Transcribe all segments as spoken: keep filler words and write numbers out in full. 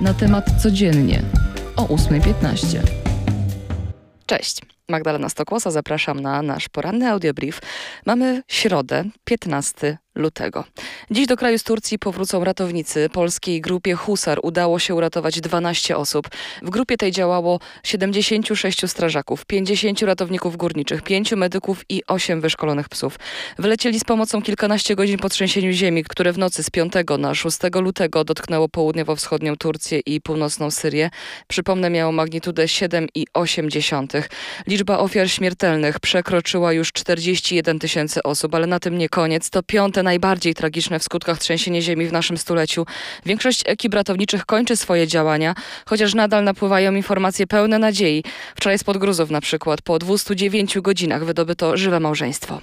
Na temat codziennie o ósma piętnaście. Cześć, Magdalena Stokłosa, zapraszam na nasz poranny audiobrief. Mamy środę, piętnastego lutego. Dziś do kraju z Turcji powrócą ratownicy. Polskiej grupie Husar udało się uratować dwanaście osób. W grupie tej działało siedemdziesięciu sześciu strażaków, pięćdziesięciu ratowników górniczych, pięciu medyków i osiem wyszkolonych psów. Wylecieli z pomocą kilkanaście godzin po trzęsieniu ziemi, które w nocy z piątego na szóstego lutego dotknęło południowo-wschodnią Turcję i północną Syrię. Przypomnę, miało magnitudę siedem i osiem dziesiątych. Liczba ofiar śmiertelnych przekroczyła już czterdzieści jeden tysięcy osób, ale na tym nie koniec. To piąte najbardziej tragiczne w skutkach trzęsienie ziemi w naszym stuleciu. Większość ekip ratowniczych kończy swoje działania, chociaż nadal napływają informacje pełne nadziei. Wczoraj spod gruzów na przykład po dwustu dziewięciu godzinach wydobyto żywe małżeństwo.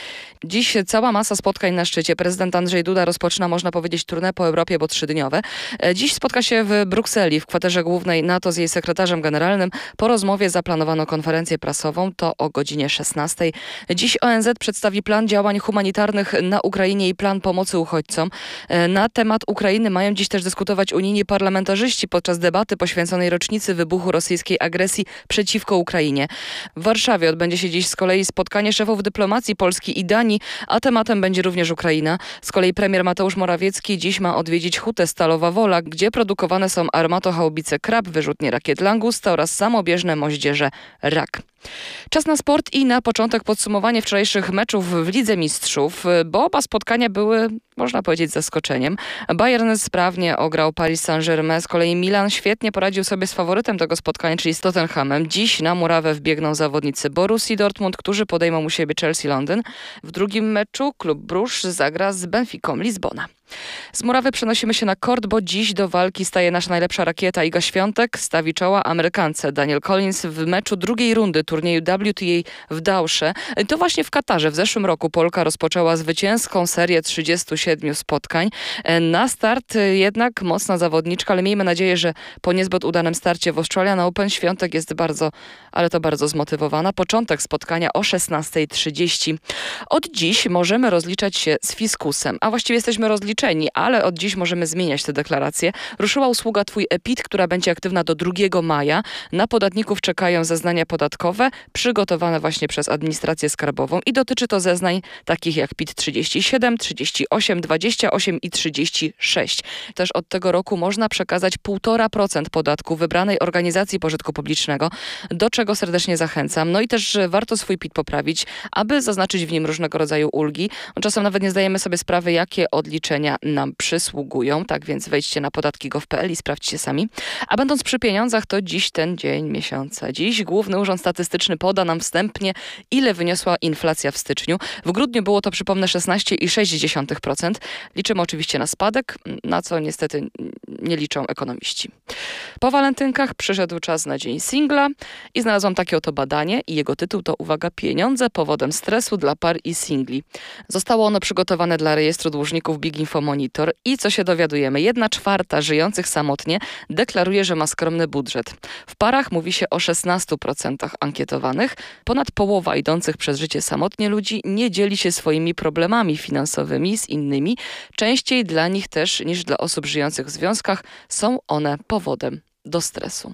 Dziś cała masa spotkań na szczycie. Prezydent Andrzej Duda rozpoczyna, można powiedzieć, tournée po Europie, bo trzydniowe. Dziś spotka się w Brukseli, w kwaterze głównej NATO z jej sekretarzem generalnym. Po rozmowie zaplanowano konferencję prasową, to o godzinie szesnastej. Dziś O N Z przedstawi plan działań humanitarnych na Ukrainie i plan pomocy uchodźcom. Na temat Ukrainy mają dziś też dyskutować unijni parlamentarzyści podczas debaty poświęconej rocznicy wybuchu rosyjskiej agresji przeciwko Ukrainie. W Warszawie odbędzie się dziś z kolei spotkanie szefów dyplomacji Polski i Danii, a tematem będzie również Ukraina. Z kolei premier Mateusz Morawiecki dziś ma odwiedzić hutę Stalowa Wola, gdzie produkowane są armatohaubice Krab, wyrzutnie rakiet Langusta oraz samobieżne moździerze Rak. Czas na sport i na początek podsumowanie wczorajszych meczów w Lidze Mistrzów, bo oba spotkania były, można powiedzieć, zaskoczeniem. Bayern sprawnie ograł Paris Saint-Germain, z kolei Milan świetnie poradził sobie z faworytem tego spotkania, czyli z Tottenhamem. Dziś na murawę wbiegną zawodnicy Borussii Dortmund, którzy podejmą u siebie Chelsea Londyn. W drugim meczu klub Bruges zagra z Benficą Lizbona. Z murawy przenosimy się na kort, bo dziś do walki staje nasza najlepsza rakieta Iga Świątek. Stawi czoła Amerykance Danielle Collins w meczu drugiej rundy turnieju W T A w Dausze. To właśnie w Katarze w zeszłym roku Polka rozpoczęła zwycięską serię trzydziestu siedmiu spotkań. Na start jednak mocna zawodniczka, ale miejmy nadzieję, że po niezbyt udanym starcie w Australian Open Świątek jest bardzo, ale to bardzo zmotywowana. Początek spotkania o szesnasta trzydzieści. Od dziś możemy rozliczać się z fiskusem, a właściwie jesteśmy rozliczeni, ale od dziś możemy zmieniać te deklaracje. Ruszyła usługa Twój E-P I T, która będzie aktywna do drugiego maja. Na podatników czekają zeznania podatkowe przygotowane właśnie przez administrację skarbową i dotyczy to zeznań takich jak P I T trzydzieści siedem, trzydzieści osiem, dwadzieścia osiem i trzydzieści sześć. Też od tego roku można przekazać półtora procent podatku wybranej organizacji pożytku publicznego, do czego serdecznie zachęcam. No i też warto swój P I T poprawić, aby zaznaczyć w nim różnego rodzaju ulgi. Czasem nawet nie zdajemy sobie sprawy, jakie odliczenia nam przysługują, tak więc wejdźcie na podatki kropka gov kropka p l i sprawdźcie sami. A będąc przy pieniądzach, to dziś ten dzień miesiąca. Dziś Główny Urząd Statystyczny poda nam wstępnie, ile wyniosła inflacja w styczniu. W grudniu było to, przypomnę, szesnaście i sześć dziesiątych procent. Liczymy oczywiście na spadek, na co niestety nie liczą ekonomiści. Po walentynkach przyszedł czas na dzień singla i znalazłam takie oto badanie i jego tytuł to, uwaga, pieniądze powodem stresu dla par i singli. Zostało ono przygotowane dla rejestru dłużników Big Info Monitor i co się dowiadujemy? Jedna czwarta żyjących samotnie deklaruje, że ma skromny budżet. W parach mówi się o szesnastu procentach ankietowanych. Ponad połowa idących przez życie samotnie ludzi nie dzieli się swoimi problemami finansowymi z innymi. Częściej dla nich też niż dla osób żyjących w związkach są one powodem do stresu.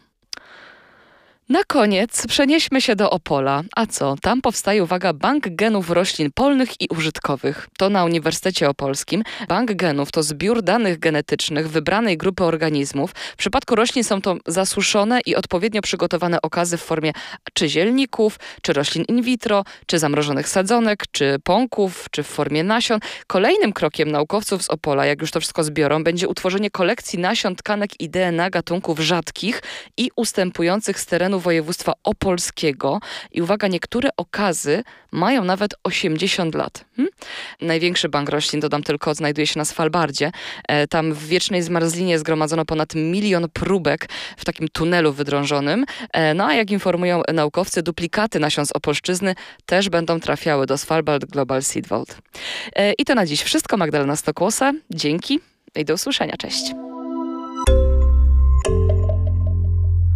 Na koniec przenieśmy się do Opola. A co? Tam powstaje, uwaga, Bank Genów Roślin Polnych i Użytkowych. To na Uniwersytecie Opolskim. Bank genów to zbiór danych genetycznych wybranej grupy organizmów. W przypadku roślin są to zasuszone i odpowiednio przygotowane okazy w formie czy zielników, czy roślin in vitro, czy zamrożonych sadzonek, czy pąków, czy w formie nasion. Kolejnym krokiem naukowców z Opola, jak już to wszystko zbiorą, będzie utworzenie kolekcji nasion, tkanek i D N A gatunków rzadkich i ustępujących z terenu województwa opolskiego. I uwaga, niektóre okazy mają nawet osiemdziesiąt lat. Hmm? Największy bank roślin, dodam tylko, znajduje się na Svalbardzie. E, tam w wiecznej zmarzlinie zgromadzono ponad milion próbek w takim tunelu wydrążonym. E, no a jak informują naukowcy, duplikaty nasion z Opolszczyzny też będą trafiały do Svalbard Global Seed Vault. E, I to na dziś wszystko. Magdalena Stokłosa. Dzięki i do usłyszenia. Cześć.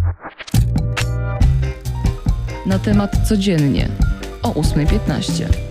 Na temat codziennie o ósma piętnaście.